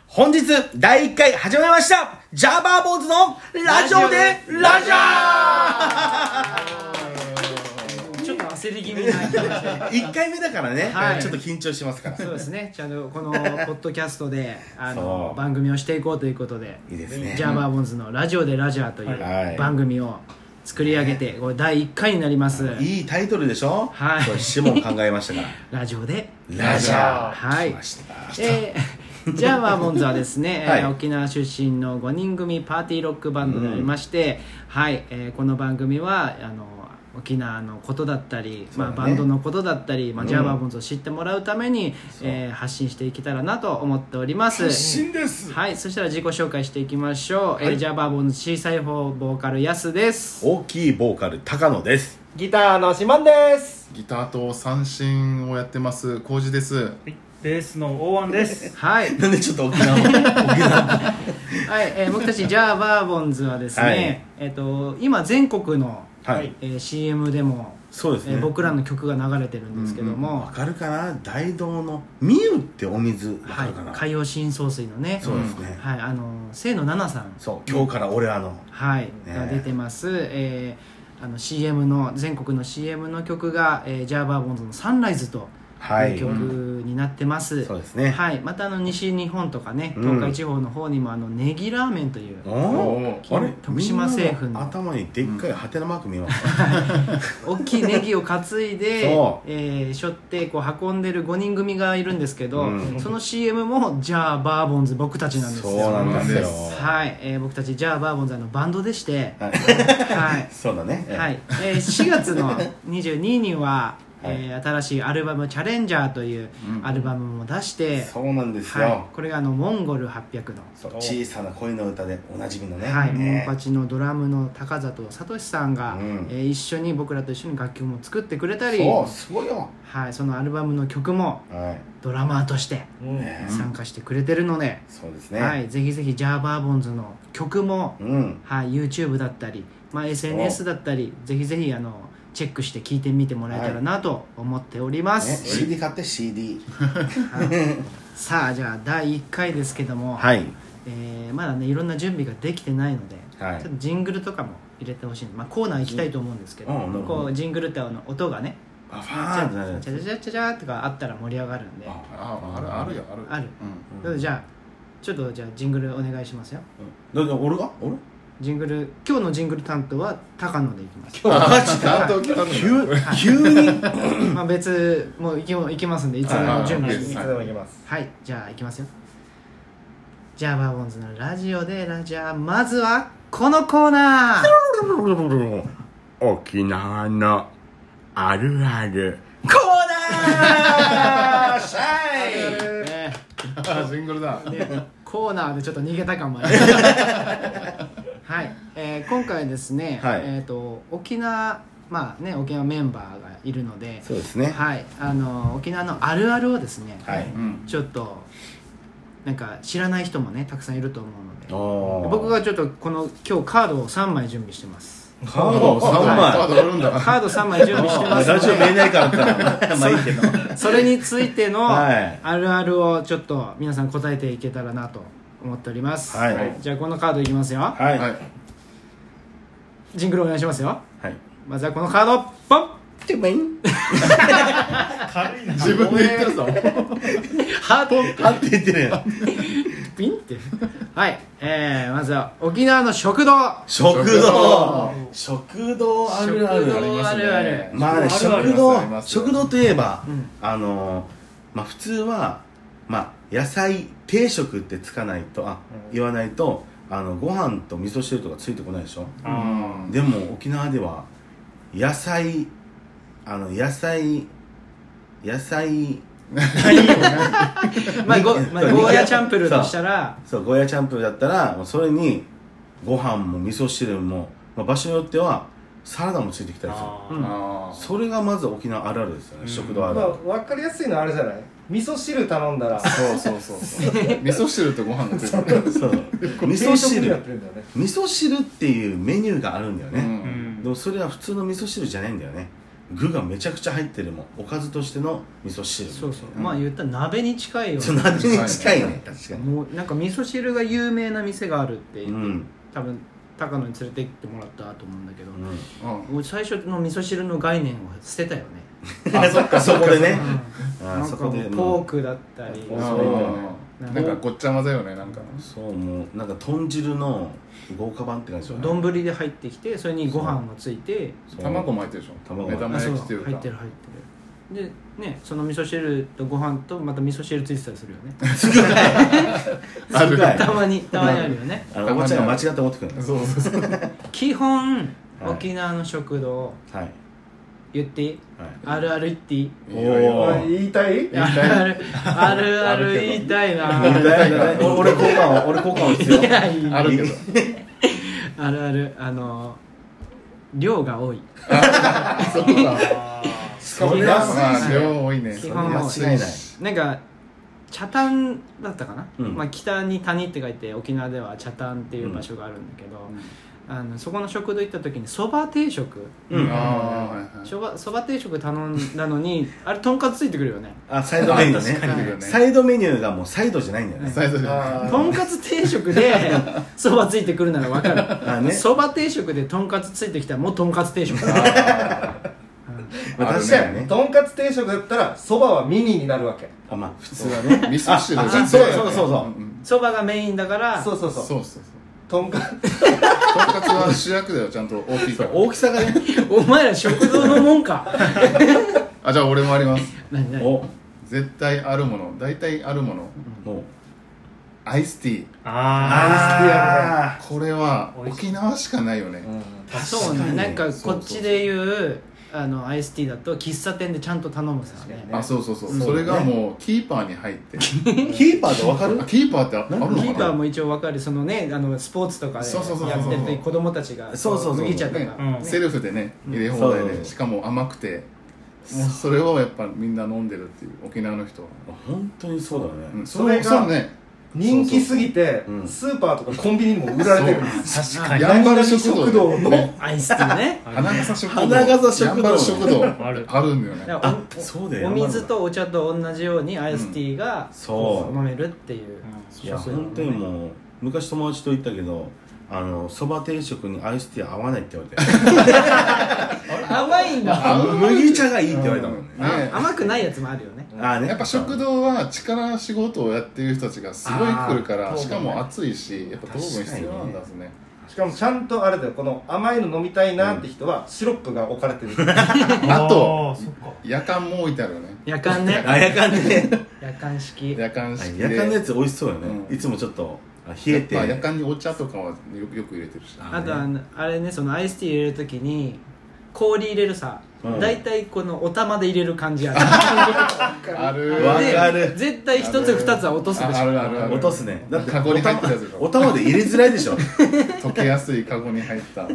本日第1回始まりましたジャーバーボーズのラジオでラジャー。ちょっと焦り気味な感じで 1回目だからね、 はい、 ちょっと緊張してますから。 そうですね、ちゃんとこのポッドキャストで番組をしていこうということで、 いいですね、 ジャーバーボーズのラジオでラジャーという番組を作り上げて、これ第1回になります。 いいタイトルでしょ。 はい、 これシモン考えましたからラジオでラジャー。 はい、 来ました。 ジャーバーボンズはですね、 はい、 沖縄出身の5人組パーティーロックバンドでありまして、はい、この番組は沖縄のことだったり、バンドのことだったり、ジャーバーボンズを知ってもらうために、発信していけたらなと思っております。 発信です。 はい、そしたら自己紹介していきましょう。ジャーバーボンズ小さい方ボーカルヤスです。 大きいボーカル高野です。 ギターのシモンです。 ギターと三振をやってますコウジです。 ベースの大湾です。 はい。 なんでちょっと沖縄はい、僕たちジャーバーボンズはですね、今全国の、CM でもそうですね、 僕らの曲が流れてるんですけども、 わかるかな。大道のミウってお水わかるかな。 海洋深層水のね、 そうですね、 はい、清野奈々さん、 そう今日から俺らの、 はいが出てます。CM の全国の CM の曲が、ジャーバーボンズのサンライズという曲になってます。 そうですね、 はい、また西日本とかね、東海地方の方にもネギラーメンという、 あれ徳島製粉の頭にでっかいハテナマーク見えます大きいネギを担いで背負ってこう運んでる5人組がいるんですけど、その CM もジャーバーボンズ僕たちなんですよ。 そうなんですよ。 はい、僕たちジャーバーボンズバンドでして、はい、 そうだね、 はい、4月の22日には新しいアルバム「チャレンジャー」というアルバムも出して、 そうなんですよ、 これがモンゴル800の小さな恋の歌でおなじみのね、 モンパチのドラムの高里聡さんが、一緒に僕らと一緒に楽曲も作ってくれたり、 そうすごいよ、 はい、そのアルバムの曲もドラマーとして参加してくれてるので、 そうですね、 はい、ぜひぜひジャーバーボンズの曲も、はい、YouTube だったり、SNS だったりぜひぜひチェックして聴いてみてもらえたらなと思っております、 CD 買って CD、 さあじゃあ第1回ですけども、まだねいろんな準備ができてないので、ちょっとジングルとかも入れてほしい、コーナー行きたいと思うんですけど、こうジングルって音がねファーンチャチャチャチャチャとかあったら盛り上がるんで、 あるよある、じゃあちょっとジングルお願いしますよ。 俺がジングル、今日のジングル担当は高野でいきます。 急に別もう行きますんで、いつでも準備して、 いつでも行きます。 はい、じゃあ行きますよ。ジャーバーボンズのラジオでラジャー、まずはこのコーナー沖縄のあるあるコーナーシャイ、 ジングルだ、 コーナーでちょっと逃げた感もあるはい、今回ですね、沖縄沖縄メンバーがいるので、 そうですね、 はい、沖縄のあるあるをですね、ちょっとなんか知らない人もねたくさんいると思うので、僕がちょっと今日カードを3枚準備してます。 カード3枚カード3枚準備してますのでラジオ見えないからってまあいいけどそれについてのあるあるをちょっと皆さん答えていけたらなと思っております、じゃあこのカードいきますよ。ジングルお願いしますよ。まずはこのカードポンチュバイン軽いな、 自分で言ってるぞハートハって言ってるやんピンってはい、まずは沖縄の食堂あるあるまあね、食堂といえば普通は野菜定食ってつかないと言わないとご飯と味噌汁とかついてこないでしょ。でも沖縄では野菜野菜ゴーヤチャンプルーとしたら、 そうゴーヤチャンプルーだったらそれにご飯も味噌汁も、場所によってはサラダもついてきたりする。それがまず沖縄あるあるですよね、食堂あるある。 分かりやすいのはあれじゃない、味噌汁頼んだらそう味噌汁とご飯がついてるそう味噌汁っていうメニューがあるんだよね。でもそれは普通の味噌汁じゃないんだよね。 具がめちゃくちゃ入ってるもん、おかずとしての味噌汁。 そうそう、まあ言ったら鍋に近いよね。 そう鍋に近いね、確かに。 もうなんか味噌汁が有名な店があるって言って、多分高野に連れて行ってもらったと思うんだけど、もう最初の味噌汁の概念を捨てたよね。 あ、そっか、そこでね。 なんかポークだったり、 なんかごっちゃ混ぜよね、なんか。 そう、もうなんか豚汁の豪華版って感じ。 丼で入ってきて、それにご飯がついて、 卵も入ってるでしょ。 卵目玉焼きっていうか。 入ってる。でね、その味噌汁とご飯とまた味噌汁ついてたりするよね。 あるたまにあるよね。 おばちゃんが間違って持ってくる。 そう基本沖縄の食堂、言っていい？あるある言っていい？ 言いたい？ あるある言いたいな。 俺効果音必要。 あるけど。 あるある、量が多い。 そうか。しかも量多いね。 基本間違いない。なんか北谷だったかな、まあ北に谷って書いて沖縄では北谷っていう場所があるんだけど、そこの食堂行った時にそば定食、そば定食頼んだのにあれとんかつついてくるよね。 サイドメニューね。サイドメニューがもうサイドじゃないんだよね。 とんかつ定食でそばついてくるなら分かる。そば定食でとんかつついてきたらもうとんかつ定食。 確かにとんかつ定食だったらそばはミニになるわけ。 まあ普通はね、 味噌汁。 そうそばがメインだから。 そうとんかつは主役だよ、ちゃんと大きいから。 大きさがね。 お前ら食堂のもんか。 じゃあ俺もあります。 何絶対あるもの、大体あるもの。アイスティー。 アイスティーあるね。 これは沖縄しかないよね。 そうね、なんかこっちで言うアイスティーだと喫茶店でちゃんと頼むさね。 そうそれがもうキーパーに入ってキーパーって分かる？ キーパーってあるのかな？ キーパーも一応分かる。そのね、スポーツとかでやってると子供たちが麦茶とかセルフでね入れ放題で、しかも甘くて、もうそれをやっぱみんな飲んでるっていう沖縄の人は。 本当にそうだね。 それが人気すぎてスーパーとかコンビニにも売られてるんです。 確かに。 やんばる食堂のアイスティーね。 花笠食堂。 やんばる食堂あるんだよね。 そうだよ。 お水とお茶と同じようにアイスティーが飲めるっていう。 いや本当にもう昔友達と言ったけど、そば定食にアイスティー合わないって言われて。 甘いんだ。 麦茶がいいって言われたもんね。 甘くないやつもあるよね。 やっぱ食堂は力仕事をやっている人たちがすごい来るから、しかも暑いし、やっぱ糖分必要なんですね。 しかもちゃんとあれだよ、この甘いの飲みたいなって人はシロップが置かれてる。 あと夜間も置いてあるよね。 夜間ね。夜間式。 夜間のやつ美味しそうよね。いつもちょっと冷えて。 夜間にお茶とかはよく入れてるし。 あとあれね、そのアイスティー入れるときに氷入れるさ、大体このお玉で入れる感じある。 ある。 わかる。 絶対一つ二つは落とすでしょ。 落とすね。 だってカゴに入ってるやつでしょ。 お玉で入れづらいでしょ。 溶けやすいカゴに入った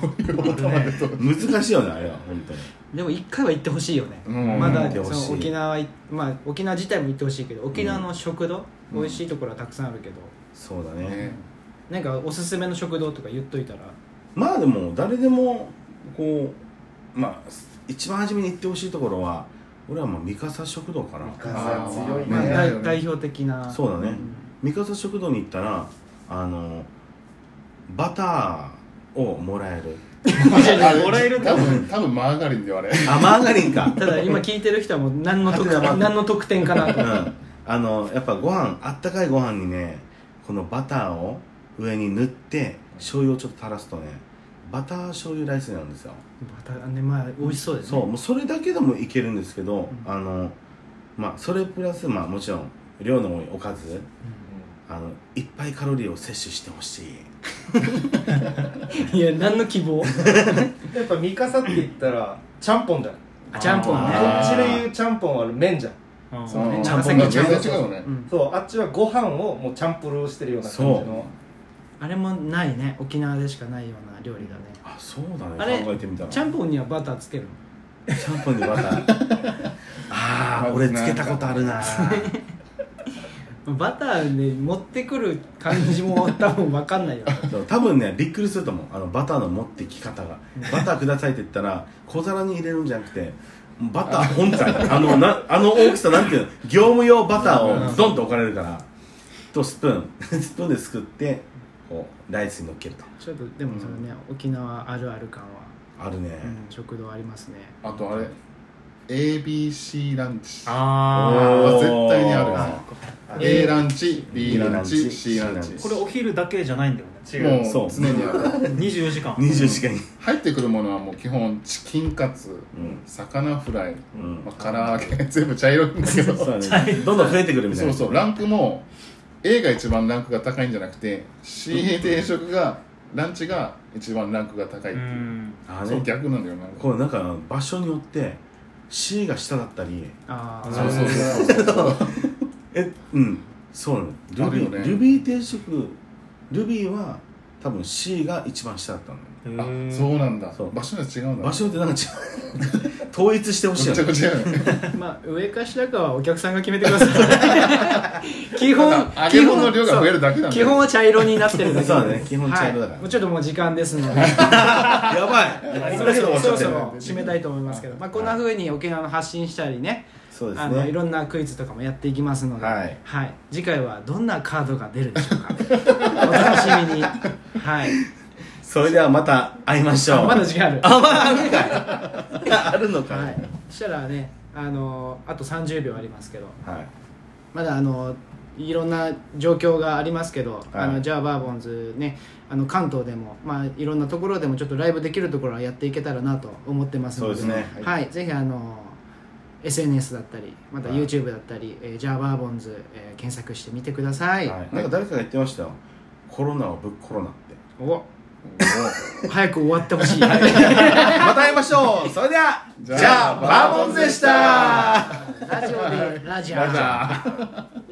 難しいよね、あれは本当に。 でも一回は行ってほしいよね。まだその沖縄沖縄自体も行ってほしいけど、沖縄の食堂美味しいところはたくさんあるけど。 そうだね。 なんかおすすめの食堂とか言っといたら。 まあでも誰でもこう一番初めに行ってほしいところは、俺は三笠食堂かな。 三笠強いね。 代表的な。 そうだね。三笠食堂に行ったらバターをもらえる。 もらえるんだ。 多分マーガリンではあれ。 マーガリンか。 ただ今聞いてる人はもう何の特典かなと。 やっぱあったかいご飯にね、このバターを上に塗って醤油をちょっと垂らすとね、バター醤油ライスなんですよ。 バターね、美味しそうですね。 そう、もうそれだけでもいけるんですけど、それプラスもちろん量の多いおかず、いっぱいカロリーを摂取してほしい。 いや、何の希望？ やっぱ三笠って言ったらちゃんぽんじゃん。 ちゃんぽんね。 こっちで言うちゃんぽんは麺じゃん。 そうね。 長崎ちゃんぽん違うよね。 そう、あっちはご飯をもうチャンプルーしてるような感じの。 あれもないね、沖縄でしかないような料理だね。 あ、そうだね。 あれ考えてみたら。 ちゃんぽんにはバターつけるの？ ちゃんぽんにバター。俺つけたことあるな。 バターで持ってくる感じも多分分かんないよそう多分ねびっくりすると思うバターの持ってき方がバターくださいって言ったら小皿に入れるんじゃなくてバター本体あの大きさなんていうの業務用バターをズドンと置かれるからとスプーンですくってこうライスに乗っけるとちょっとでもそれね、沖縄あるある感はあるね、 食堂ありますね。 あとあれ ABC ランチあ絶対にあるよね。 A ランチ B ランチ C ランチこれお昼だけじゃないんだよね。違う。 もう常にある 24時間 20時間に入ってくるものはもう基本チキンカツ、魚フライ、唐揚げ全部茶色いんだけどそうだねどんどん増えてくるみたいなそうランクも A が一番ランクが高いんじゃなくて C 定食がランチが一番ランクが高いっていうそう逆なんだよなこれなんか場所によって C が下だったりそうそうなのルビー定食ルビーは多分 C が一番下だったのそうなんだそう場所によって違うんだ場所によってなんか違う統一してほしいめちゃくちゃ違うまあ上か下かはお客さんが決めてください基本揚げ物の量が増えるだけなんだ基本は茶色になってるだけそうだね基本茶色だから、 はい、ちょっともう時間ですのでやばいそろそろ締めたいと思いますけど、まあ、こんな風に沖縄の発信したりねそうですねいろんなクイズとかもやっていきますので、 はい次回はどんなカードが出るでしょうかお楽しみにはいそれではまた会いましょうまだ時間あるまだあるかいあるのかはいそしたらねあと30秒ありますけどはいまだいろんな状況がありますけど、じゃあバーボンズね関東でも、まあ、いろんなところでもちょっとライブできるところはやっていけたらなと思ってますのでそうですねはいぜひSNS だったりまた YouTube だったり、じゃあバーボンズ、検索してみてください、 なんか誰かが言ってましたよコロナをぶっコロナってお早く終わってほしいまた会いましょうそれではじゃあバーボンズでしたラジオでラジャー